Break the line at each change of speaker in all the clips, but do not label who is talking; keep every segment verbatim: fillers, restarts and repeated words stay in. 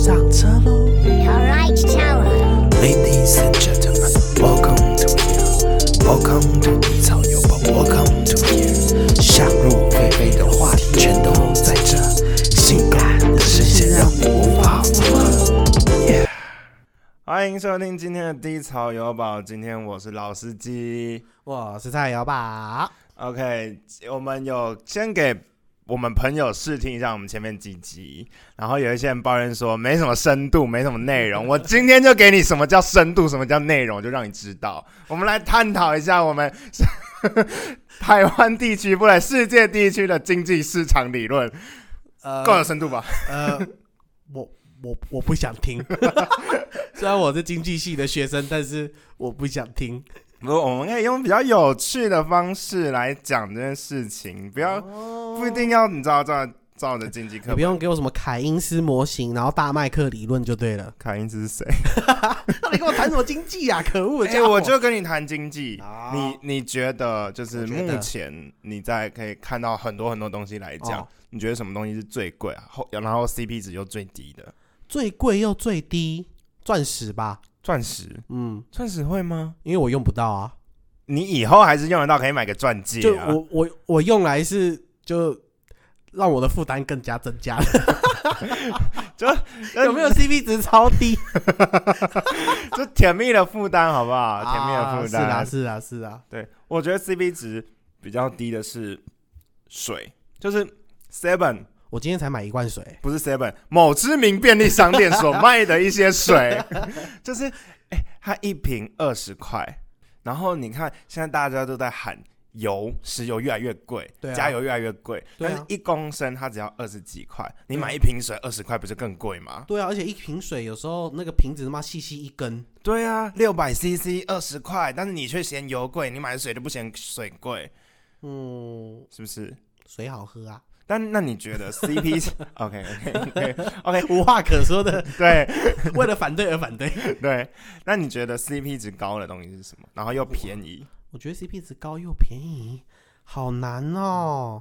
上车喽
Alright, tower.
Ladies and gentlemen, welcome to here. Welcome to 低潮有宝 Welcome to here. 想入非非的话题全都在这，性感的声线让你无法负荷。Yeah.
欢迎收听今天的低潮有宝，今天我是老司机，
我是蔡小宝。
OK， 我们有先给我们朋友试听一下我们前面几集，然后有一些人抱怨说没什么深度，没什么内容。我今天就给你什么叫深度，什么叫内容，就让你知道。我们来探讨一下我们台湾地区，不对，世界地区的经济市场理论，呃，够有深度吧？
呃，我我我不想听。虽然我是经济系的学生，但是我不想听。
不，我们可以用比较有趣的方式来讲这件事情，不要、哦、不一定要你知道照照着经济课本，
你不用给我什么凯因斯模型，然后大麦克理论就对了。
凯因斯是谁？
那你跟我谈什么经济啊？可恶的家
伙！
欸、
我就跟你谈经济。
哦、
你你觉得就是目前你在可以看到很多很多东西来讲，哦、你觉得什么东西是最贵啊？然后 C P 值又最低的？
最贵又最低，钻石吧。
钻石，嗯，钻石会吗？
因为我用不到啊。
你以后还是用得到，可以买个钻戒、啊。
就我我我用来是就让我的负担更加增加了。就有没有 C P 值超低？
就甜蜜的负担，好不好？啊、甜蜜的负担。
是啊，是啊，是啊。
对，我觉得 C P 值比较低的是水，就是 Seven。
我今天才买一罐水，
不是 Seven， 某知名便利商店所卖的一些水，就是，哎、欸，它一瓶二十块，然后你看现在大家都在喊油，石油越来越贵，对、啊，加油越来越贵，啊、但是一公升它只要二十几块，你买一瓶水二十块，不是更贵吗？
对啊，而且一瓶水有时候那个瓶子他妈细细一根，
对啊，六百 C C 二十块，但是你却嫌油贵，你买的水就不嫌水贵，嗯，是不是？
水好喝啊。
但那你觉得 C P OK OK OK OK
无话可说的
对，
为了反对而反对
对。那你觉得 C P 值高的东西是什么？然后又便宜？
我觉得 C P 值高又便宜，好难哦。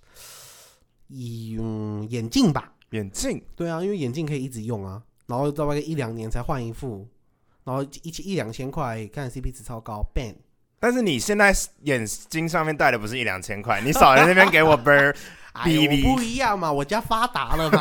嗯，眼镜吧，
眼镜，
对啊，因为眼镜可以一直用啊，然后大概一两年才换一副，然后一一两千块，看 C P 值超高 ，ban。
但是你现在眼睛上面戴的不是一两千块，你少在那边给我 burn。
哎，我不一样嘛，我家发达了嘛。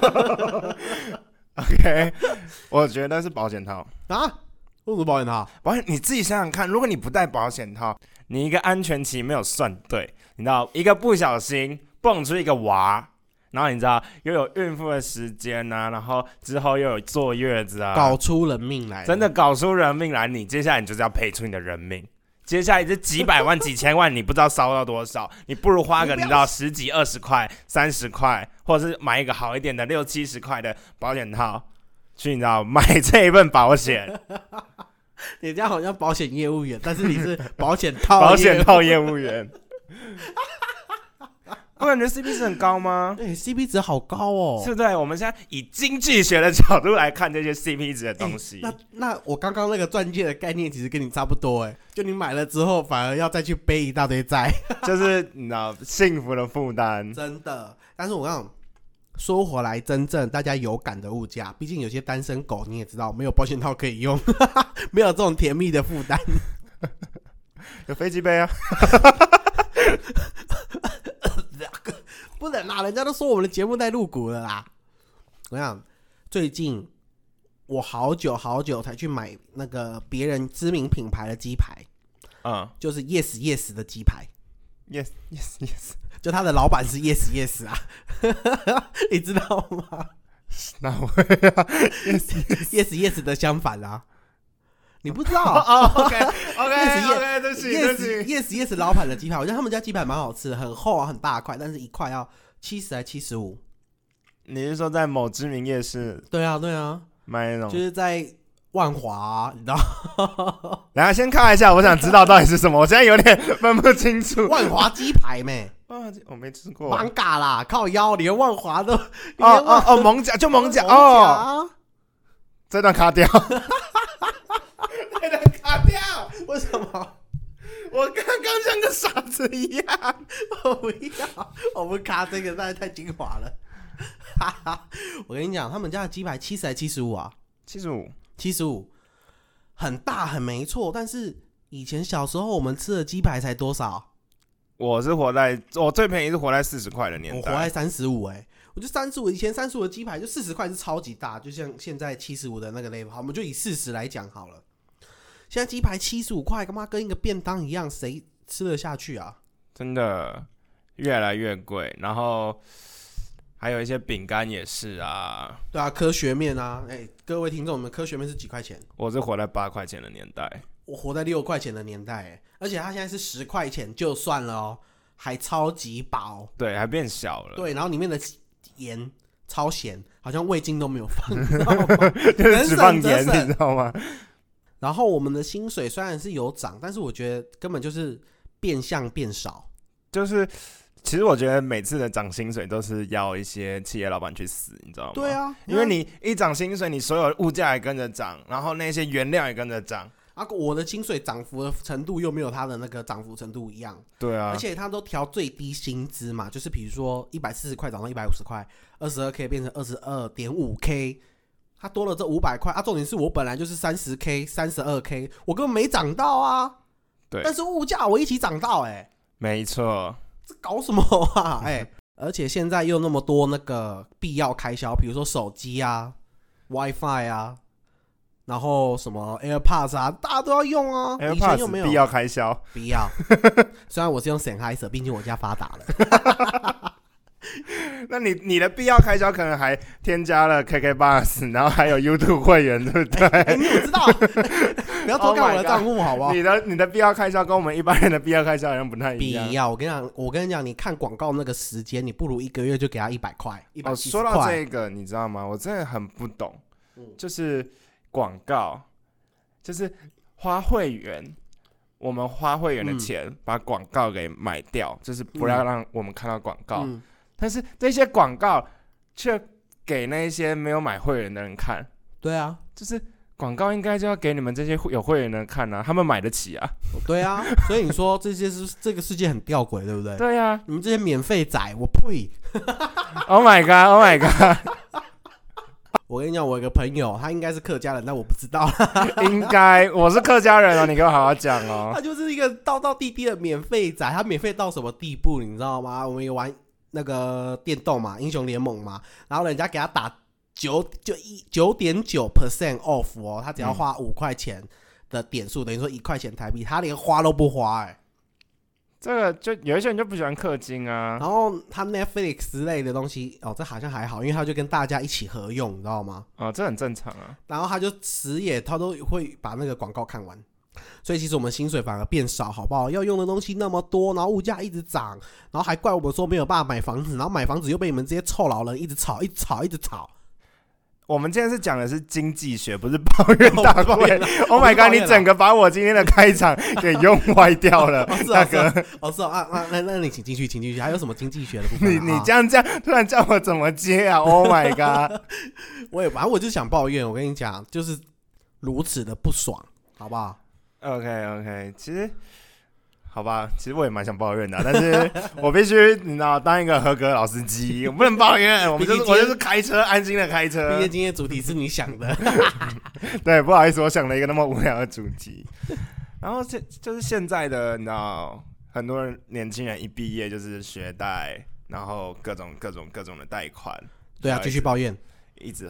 OK， 我觉得是保险套
啊？为什么保险套？
保险你自己想想看，如果你不戴保险套，你一个安全期没有算对，你知道，一个不小心蹦出一个娃，然后你知道又有孕妇的时间啊，然后之后又有坐月子啊，
搞出人命来，
真的搞出人命来，你接下来你就是要赔出你的人命。接下来这几百万、几千万，你不知道烧到多少，你不如花个你知道十几、二十块、三十块，或者是买一个好一点的六七十块的保险套，去你知道买这一份保险。
你这样好像保险业务员，但是你是保险套
保险套业务员。我感觉 C P 值很高吗？
对 ，C P 值好高哦，
是不对？我们现在以经济学的角度来看这些 C P 值的东西。
欸、那那我刚刚那个钻戒的概念其实跟你差不多哎，就你买了之后反而要再去背一大堆债，
就是你知道幸福的负担。
真的，但是我刚说回来，真正大家有感的物价，毕竟有些单身狗你也知道，没有保险套可以用，没有这种甜蜜的负担。
有飞机杯啊。
不能啦，人家都说我们的节目在入股了啦。我想最近我好久好久才去买那个别人知名品牌的鸡排，嗯，就是 Yes Yes 的鸡排
，Yes Yes Yes，
就他的老板是 Yes Yes 啊，你知道吗？
哪会啊 ？Yes
Yes Yes Yes 的相反啊。你不知道
哦 ？OK OK OK， 对不起对不起
，Yes Yes 老板的鸡排，我觉得他们家鸡排蛮好吃的，很厚啊，很大块，但是一块要七十还七十五。
你是说在某知名夜市？
对啊对啊，
买那种
就是在万华、啊，你知道？
等一下先看一下，我想知道到底是什么，我现在有点分不清楚。
万华鸡排没？
万华鸡我没吃过。
蛮嘎啦，靠腰，连万华都……哦
哦哦，蒙甲就蒙甲哦。这段卡掉。这段卡掉，
为什么？
我刚刚像个傻子一样。
我不要，我不卡这个，那太精华了。 我跟你讲，他们家的鸡排七十还七十五啊？
七十五，
七十五，很大很没错。但是以前小时候我们吃的鸡排才多少？
我是活在我最便宜是活在四十块的年代，
我活在三十五哎，我就三十五，以前三十五的鸡排就四十块是超级大，就像现在七十五的那个 level。好，我们就以四十来讲好了。现在鸡排七十五块，干嘛跟一个便当一样，谁吃得下去啊？
真的越来越贵，然后还有一些饼干也是啊。
对啊，科学面啊，哎、欸，各位听众，我们科学面是几块钱？
我是活在八块钱的年代，
我活在六块钱的年代、欸，而且它现在是十块钱就算了哦，还超级薄，
对，还变小了，
对，然后里面的盐超咸，好像味精都没有放，你知道吗？
就是只放盐，你知道吗？
然后我们的薪水虽然是有涨，但是我觉得根本就是变相变少。
就是其实我觉得每次的涨薪水都是要一些企业老板去死，你知道吗？
对啊，
因为你一涨薪水，你所有物价也跟着涨，然后那些原料也跟着涨。
啊，我的薪水涨幅的程度又没有他的那个涨幅程度一样。
对啊，
而且他都调最低薪资嘛，就是比如说一百四十块涨到一百五十块，二十二 K 变成二十二点五 K。他多了这五百块啊！重点是我本来就是三十 K、三十二 K， 我根本没涨到啊。
对，
但是物价我一起涨到、欸，哎，
没错。
这搞什么啊？哎、欸，而且现在又那么多那个必要开销，比如说手机啊、WiFi 啊，然后什么 AirPods 啊，大家都要用啊。以前又没有
必要开销，
必要。虽然我是用 Sennheiser， 毕竟我家发达了。
那你你的必要开销可能还添加了 K K Bus， 然后还有 YouTube 会员，对不对？
欸欸、你怎么知道？不要偷看我的账户好不好？
你的你的必要开销跟我们一般人的必要开销好像不太一样。
必要，我跟你讲，我跟你讲，你看广告那个时间，你不如一个月就给他一百块，一百七十块。
说到这个，你知道吗？我真的很不懂，嗯、就是广告，就是花会员。我们花会员的钱把广告给买掉，嗯、就是不要让我们看到广告。嗯、但是这些广告却给那些没有买会员的人看。
对啊，
就是广告应该就要给你们这些有会员的人看啊，他们买得起啊。
对啊，所以你说这些是这个世界很吊诡，对不对？
对啊，
你们这些免费仔，我呸
！Oh my god! Oh my god!
我跟你讲，我有个朋友，他应该是客家人，但我不知道。
应该我是客家人哦，你给我好好讲哦。
他就是一个道道地地的免费仔，他免费到什么地步，你知道吗？我们有玩那个电动嘛，英雄联盟嘛，然后人家给他打九就一九点九 percent off 哦，他只要花五块钱的点数，嗯、等于说一块钱台币，他连花都不花哎、欸。
这个就有一些人就不喜欢氪金啊，
然后他 Netflix 之类的东西哦，这好像还好，因为他就跟大家一起合用，你知道吗？
哦，这很正常啊。
然后他就死也他都会把那个广告看完，所以其实我们薪水反而变少，好不好？要用的东西那么多，然后物价一直涨，然后还怪我们说没有办法买房子，然后买房子又被你们这些臭老人一直吵，一直吵，一直吵。
我们今天是讲的是经济学，不是抱怨大会。Oh my god！ 你整个把我今天的开场给用坏掉了，大哥。
哦，是哦，啊啊，那那你请继续，请继续。还有什么经济学的部分、啊？
你你这样这样，突然叫我怎么接啊 ？Oh my god！
我也反正我就想抱怨，我跟你讲，就是如此的不爽，好不好
？OK OK， 其实。好吧，其实我也蛮想抱怨的，但是我必须你知道当一个合格老司机，我不能抱怨，我们就是我就是开车安心的开车。
毕竟今天主题是你想的，
对，不好意思，我想了一个那么无聊的主题。然后现就是现在的你知道，很多人年轻人一毕业就是学贷，然后各种各种各种的贷款。
对啊，继续抱怨，
一直。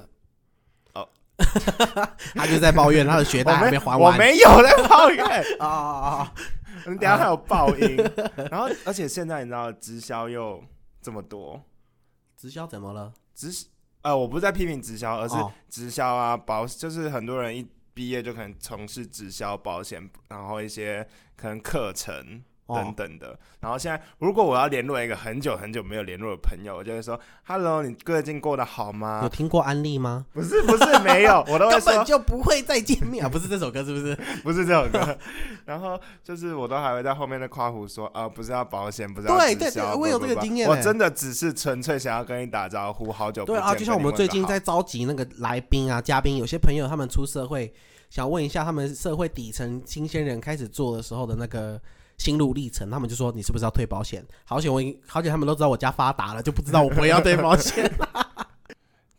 他就在抱怨他的学贷还没还完，
我没有在抱怨
啊啊啊！
你等一下还有爆音，然后而且现在你知道直销又这么多，
直销怎么了？
直呃，我不是在批评直销，而是直销啊保，就是很多人一毕业就可能从事直销保险，然后一些可能课程。等等的，然后现在如果我要联络一个很久很久没有联络的朋友，我就会说 ：“Hello， 你最近过得好吗？”
有听过安利吗？
不是，不是，没有，我都会说
根本就不会再见面啊！不是这首歌，是不是？
不是这首歌。然后就是我都还会在后面的夸胡说：“啊，不是要保险，不是要直销。”对对对，
我有这个经验。
我真的只是纯粹想要跟你打招呼，好久不见。
对啊，就像我们最近在召集那个来宾啊、嘉宾，有些朋友他们出社会，想问一下他们社会底层新鲜人开始做的时候的那个。心路历程，他们就说你是不是要退保险？好险我好险他们都知道我家发达了，就不知道我不会要退保险。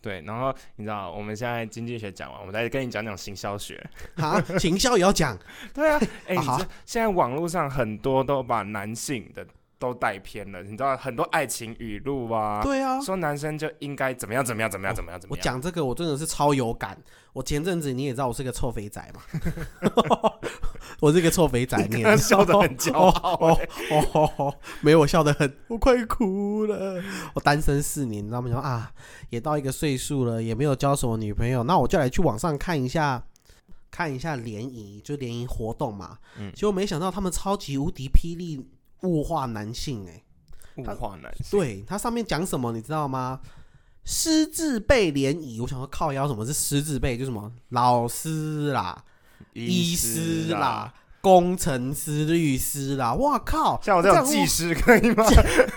对，然后你知道我们现在经济学讲完，我们再跟你讲讲行销学。
啊，行销也要讲。
对啊，哎、欸，
啊、
你知道现在网络上很多都把男性的都带偏了，你知道很多爱情语录啊，
对啊，
说男生就应该怎么样怎么样怎么样怎么样怎么样。
我讲这个我真的是超有感。我前阵子你也知道我是个臭肥仔嘛，我是个臭肥仔，你也
笑得很骄傲、欸。
哦哦哦哦，没有，我笑得很，我快哭了。我单身四年，你知道吗？说啊，也到一个岁数了，也没有交什么女朋友，那我就来去网上看一下。看一下联谊，就联谊活动嘛，嗯，结果没想到他们超级无敌霹雳物化男性、欸，
哎，物化男性，
对，它上面讲什么你知道吗？师字辈联谊，我想说靠腰什么是师字辈，就什么老师啦、医师啦、工程师、律师啦，哇靠！
像我这种技师可以吗？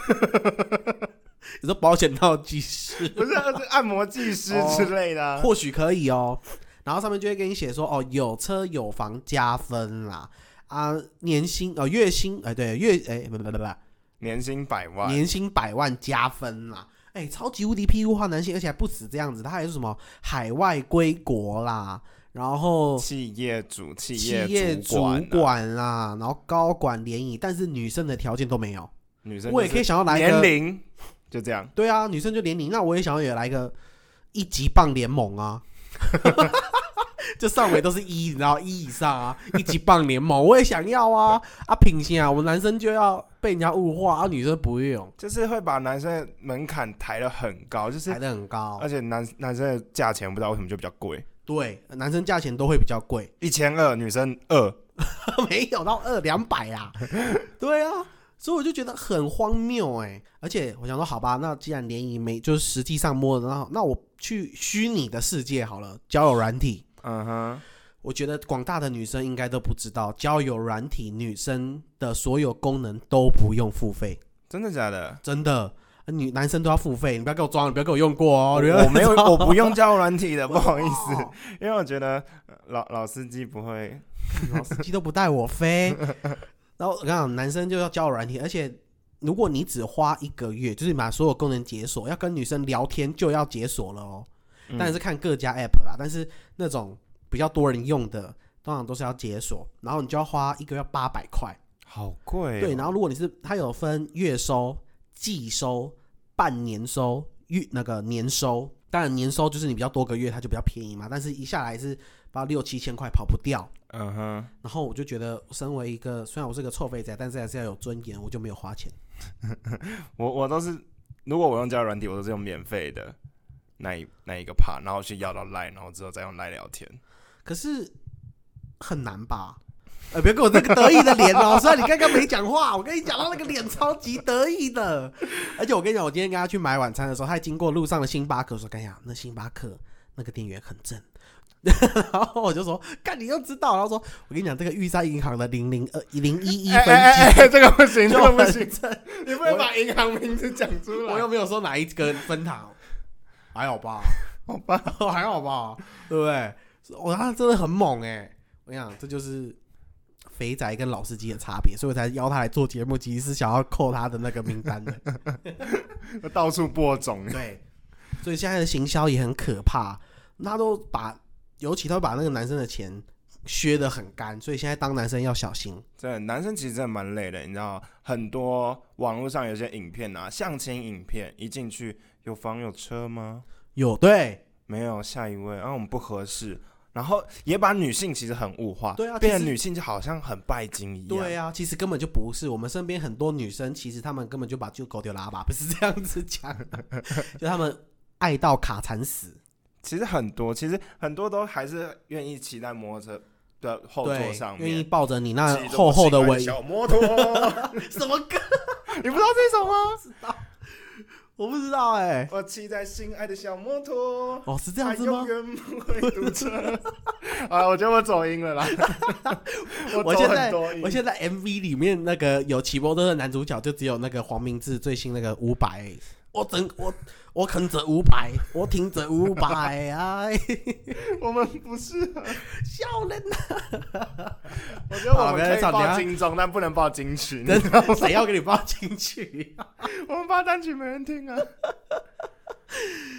你说保险套技师，
不是，是按摩技师之类的、啊
哦，或许可以哦。然后上面就会跟你写说，哦，有车有房加分啦，啊，年薪哦，月薪，哎，对，月哎，不不不不，
年薪百万，
年薪百万加分啦，哎，超级无敌屁物化男性，而且还不止这样子，他还是什么海外归国啦，然后
企业主、企
业主管啦，然后高管联谊，但是女生的条件都没有，
女生
我也可以想要来一
个年龄，就这样，
对啊，女生就年龄，那我也想要也来一个一级棒联盟啊。就上围都是一，你知道一以上啊，一级棒联盟我也想要啊啊！品性啊，我男生就要被人家物化啊，女生不用，
就是会把男生的门槛抬得很高，就是
抬得很高，
而且男男生的价钱不知道为什么就比较贵，
对，男生价钱都会比较贵，
一千二，女生二，
没有到二两百啊，对啊。所以我就觉得很荒谬哎、欸，而且我想说，好吧，那既然联谊没就是实际上摸的，那那我去虚拟的世界好了，交友软体。
嗯哼，
我觉得广大的女生应该都不知道，交友软体女生的所有功能都不用付费。
真的假的？
真的，女男生都要付费，你不要给我装，你不要给我用过哦。
我, 我没有，我不用交友软体的，不好意思，因为我觉得老老司机不会，
老司机都不带我飞。然后我跟你讲，男生就要交友软体，而且如果你只花一个月，就是把所有功能解锁，要跟女生聊天就要解锁了哦。当然是看各家 app 啦，但是那种比较多人用的，通常都是要解锁，然后你就要花一个月八百块，
好贵、哦。
对，然后如果你是，它有分月收、季收、半年收、月那个年收。当然年收就是你比较多个月，它就比较便宜嘛，但是一下来是把六七千块跑不掉。
嗯哼。
然后我就觉得，身为一个虽然我是个臭肥仔，但是还是要有尊严，我就没有花钱。
我我都是，如果我用交友软体，我都是用免费的那一那一个 part， 然后去要到 line， 然后之后再用 line 聊天。
可是很难吧？呃，别给我这个得意的脸哦！虽然你刚刚没讲话，我跟你讲到那个脸超级得意的。而且我跟你讲，我今天跟他去买晚餐的时候，他还经过路上的星巴克，说：“跟你讲，那星巴克那个店员很正。”然后我就说：“干，你又知道？”然后说：“我跟你讲，这个玉山银行的零零二零一一分机、
欸欸欸，这个不行，这个不行，你不能把银行名字讲出来。
我又没有说哪一个分行，还好吧？
好吧，
还好吧？对不对？我他真的很猛哎、欸！我跟你讲，这就是肥仔跟老司机的差别，所以我才邀他来做节目，其实是想要扣他的那个名单的。
到处播种，
对，所以现在的行销也很可怕，他都把，尤其他会把那个男生的钱削得很干，所以现在当男生要小心。
真的，男生其实真的蛮累的，你知道，很多网络上有些影片啊，相亲影片一进去，有房有车吗？
有，对，
没有，下一位，然、啊、后我们不合适。然后也把女性其实很物化，
对啊，
变成女性就好像很拜金一样。
对啊，其实根本就不是。我们身边很多女生，其实她们根本就把就狗丢喇叭，不是这样子讲，就她们爱到卡惨死。
其实很多，其实很多都还是愿意骑在摩托车的后座上面，
愿意抱着你那厚厚的尾
小摩托。
什么歌？
你不知道这首吗？
知道。我不知道哎、欸，
我骑在心爱的小摩托，
哦，是这样子吗？
永远不会堵车。啊，我觉得我走音了啦。我,
我现在我现在 M V 里面那个有骑摩托的男主角，就只有那个黄明志最新那个伍佰。我整我我啃着伍佰，我挺着伍佰啊！
我们不适合
笑人呐！
我觉得我们可以报金钟，但不能报金曲。
真的，谁要给你报金曲？
我们报单曲没人听啊。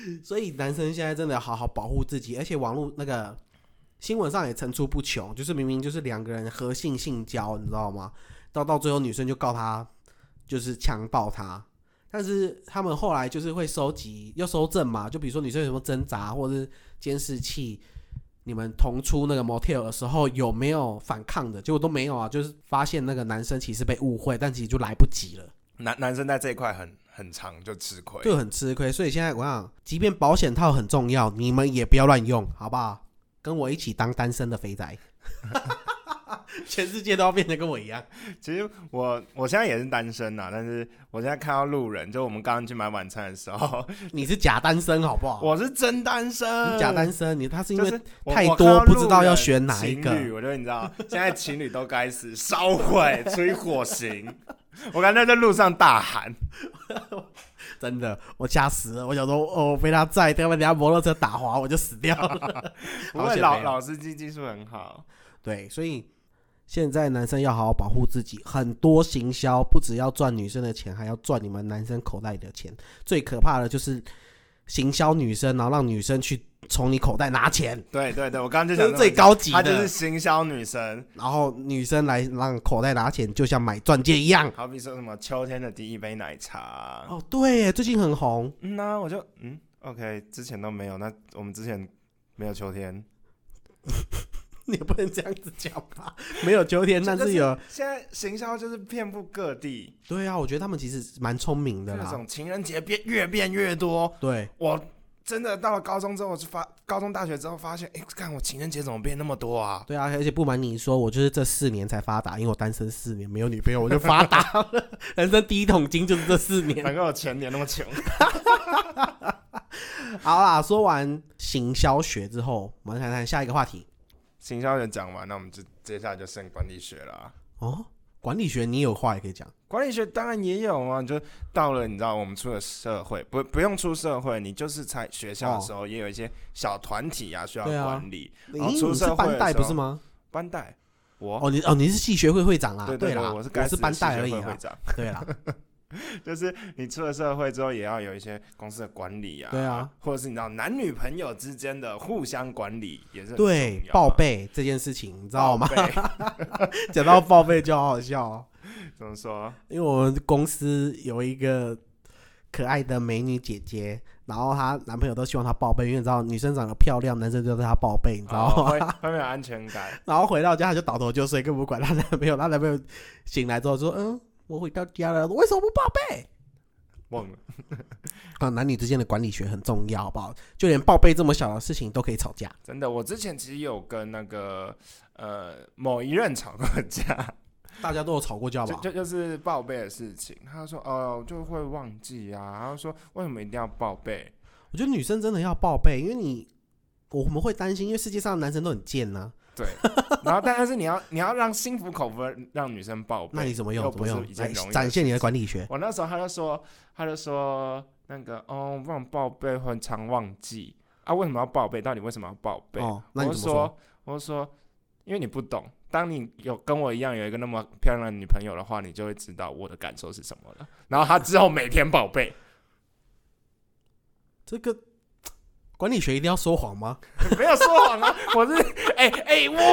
所以男生现在真的好好保护自己，而且网络那个新闻上也层出不穷，就是明明就是两个人合性性交，你知道吗？到到最后女生就告他就是强暴他，但是他们后来就是会收集要收证嘛，就比如说女生有什么挣扎或者是监视器，你们同出那个 motel 的时候有没有反抗的，结果都没有啊，就是发现那个男生其实被误会，但其实就来不及了。
男男生在这一块很很长就吃亏，
就很吃亏。所以现在我想，即便保险套很重要，你们也不要乱用，好不好？跟我一起当单身的肥宅，全世界都要变成跟我一样。
其实我我现在也是单身啊，但是我现在看到路人，就我们刚刚去买晚餐的时候，
你是假单身好不好？
我是真单身，
你假单身，你他是因为
就是
太多不知道要选哪一个。
情侣，我觉得你知道，现在情侣都该死，烧毁，吹火刑。我刚才在路上大喊，
真的，我吓死了！我想说，哦，被他载，他们等下摩托车打滑，我就死掉了。
不会，老老司机技术很好。
对，所以现在男生要好好保护自己。很多行销不只要赚女生的钱，还要赚你们男生口袋里的钱。最可怕的就是行销女生，然后让女生去从你口袋拿钱。
对对对，我刚刚就想，
这是最高级的，
他就是行销女生，
然后女生来让口袋拿钱，就像买钻戒一样。
好比说什么秋天的第一杯奶茶。
哦，对耶，最近很红。
嗯呐、啊，我就嗯 ，OK， 之前都没有，那我们之前没有秋天。
你也不能这样子讲吧？没有秋天，但是有。
现在行销就是遍布各地。
对啊，我觉得他们其实蛮聪明的啦。
这种情人节变越变越多。
对，
我真的到了高中之后，我就发高中大学之后发现，哎，看我情人节怎么变那么多啊？
对啊，而且不瞒你说，我就是这四年才发达，因为我单身四年没有女朋友，我就发达了。人生第一桶金就是这四年，
难怪我前年那么穷。
好啦，说完行销学之后，我们来谈谈下一个话题。
行销学讲完，那我们就接下来就剩管理学了、啊。
哦，管理学你有话也可以讲。
管理学当然也有啊，就到了你知道我们出了社会，不不用出社会，你就是在学校的时候也有一些小团体啊需要管理。
对啊、
然后出社会的时候，
你是班代不是吗？
班代，我
哦你哦你是系学会会长啊？
对对
对啦，
我是
我是班代而已
会长。
对啦。
就是你出了社会之后，也要有一些公司的管理啊，
对啊，
或者是你知道男女朋友之间的互相管理也是很重要、啊、
对报备这件事情，你知道吗？讲到报备就好好笑哦。
怎么说？
因为我们公司有一个可爱的美女姐姐，然后她男朋友都希望她报备，因为你知道女生长得漂亮，男生就对她报备，你知道吗？
哦、会会没有安全感。
然后回到家她就倒头就睡，根本不管她男朋友。她男朋友醒来之后说：“嗯。”我回到家了，为什么不报备？
忘了
啊，男女之间的管理学很重要，好不好？就连报备这么小的事情都可以吵架。
真的，我之前其实有跟那个呃某一任吵过架，
大家都有吵过架吧？
就就就是报备的事情。他说：“哦，就会忘记啊。”他说：“为什么一定要报备？”
我觉得女生真的要报备，因为你我们会担心，因为世界上的男生都很贱呐、啊。
对，然后但是你要你要让心服口服让女生报备，
那你怎么用？怎么用？来
容易
展现你的管理学。
我那时候他就说，他就说那个哦，不然报备很常忘记啊，为什么要报备？到底为什么要报备？
哦，那你怎么说？
我就说，我就说，因为你不懂，当你有跟我一样有一个那么漂亮的女朋友的话，你就会知道我的感受是什么了。然后他之后每天报备，
这个。管理学一定要说谎吗？
没有说谎啊，我是哎哎我，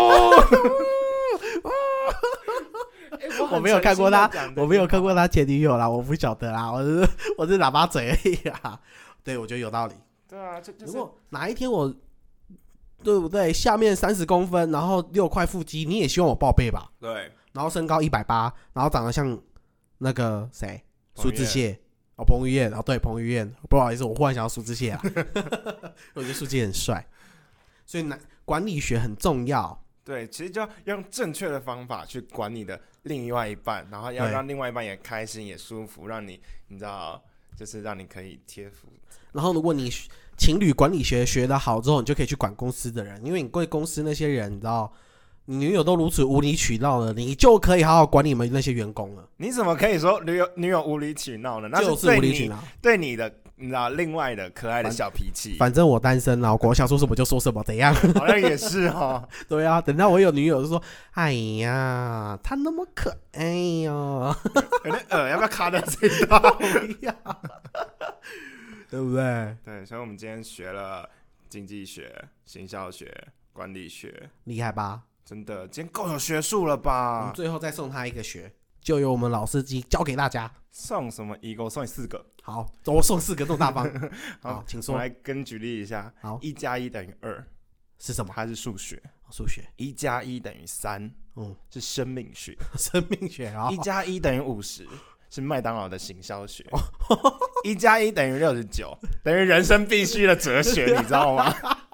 我没有看过他，我没有看过他前女友啦，我不晓得啦，我是我是喇叭嘴而已啦。对，我觉得有道理。
对啊，就就是、
如果哪一天我对不对，下面三十公分，然后六块腹肌，你也希望我报备吧？
对，
然后身高一百八，然后长得像那个谁苏志燮。哦，彭于晏，哦，对，彭于晏，不好意思，我忽然想到苏志燮啊，我觉得苏志燮很帅，所以管理学很重要。
对，其实就要用正确的方法去管你的另外一半，然后要让另外一半也开心也舒服，让你你知道，就是让你可以贴服。
然后，如果你情侣管理学学得好之后，你就可以去管公司的人，因为你对公司那些人，你知道。你女友都如此无理取闹了，你就可以好好管你们那些员工了。
你怎么可以说女友女友无理取闹呢？那
就是无理取闹，
对你的你知道另外的可爱的小脾气。
反正我单身啊，我想说什么就说什么，怎样？
好像也是哦。
对啊，等到我有女友就说：“哎呀，她那么可爱哟、哦。”
有点恶，要不要卡掉这一段？
对不对？
对，所以我们今天学了经济学、行销学、管理学，
厉害吧？
真的，今天够有学术了
我
吧
们？最后再送他一个学，就由我们老司机教给大家。
送什么一个？我送你四个。
好，我送四个，这么大方。
好，
好，请说。
我来跟举例一下。
好，
一加一等于二
是什么？
它是数学。
数学。
一加一等于三，
嗯，
是生命学。
生命学啊。
一加一等于五十，是麦当劳的行销学。一加一等于六十九，等于人生必须的哲学，你知道吗？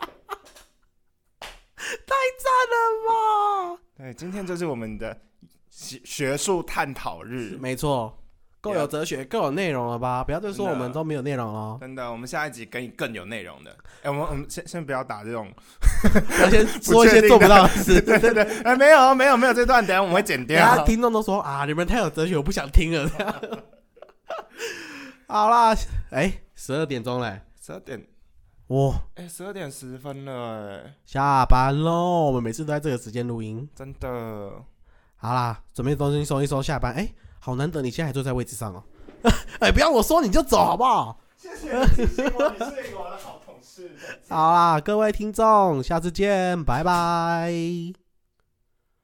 太赞了吧！
对，今天就是我们的学术探讨日。
没错，够有哲学，够有内容了吧？不要再说我们都没有内容了。
真的，我们下一集给你更有内容的。哎、欸，我们我们先先不要打这种，
不要先说一些做不到的事。
对对对，哎、欸，没有没有没有，这段等一下我们会剪掉。
听众都说啊，你们太有哲学，我不想听了。好啦，哎、欸，十二点钟嘞，
十二点。
哇，
哎，十二点十分了，哎，
下班喽！我们每次都在这个时间录音，
真的。
好啦，准备东西收一收，下班。哎、欸，好难得你现在还坐在位置上哦。哎、欸，不要我说你就走好不好？
谢谢你提醒我，你是一个我的好同事。
好啦，各位听众，下次见，拜拜。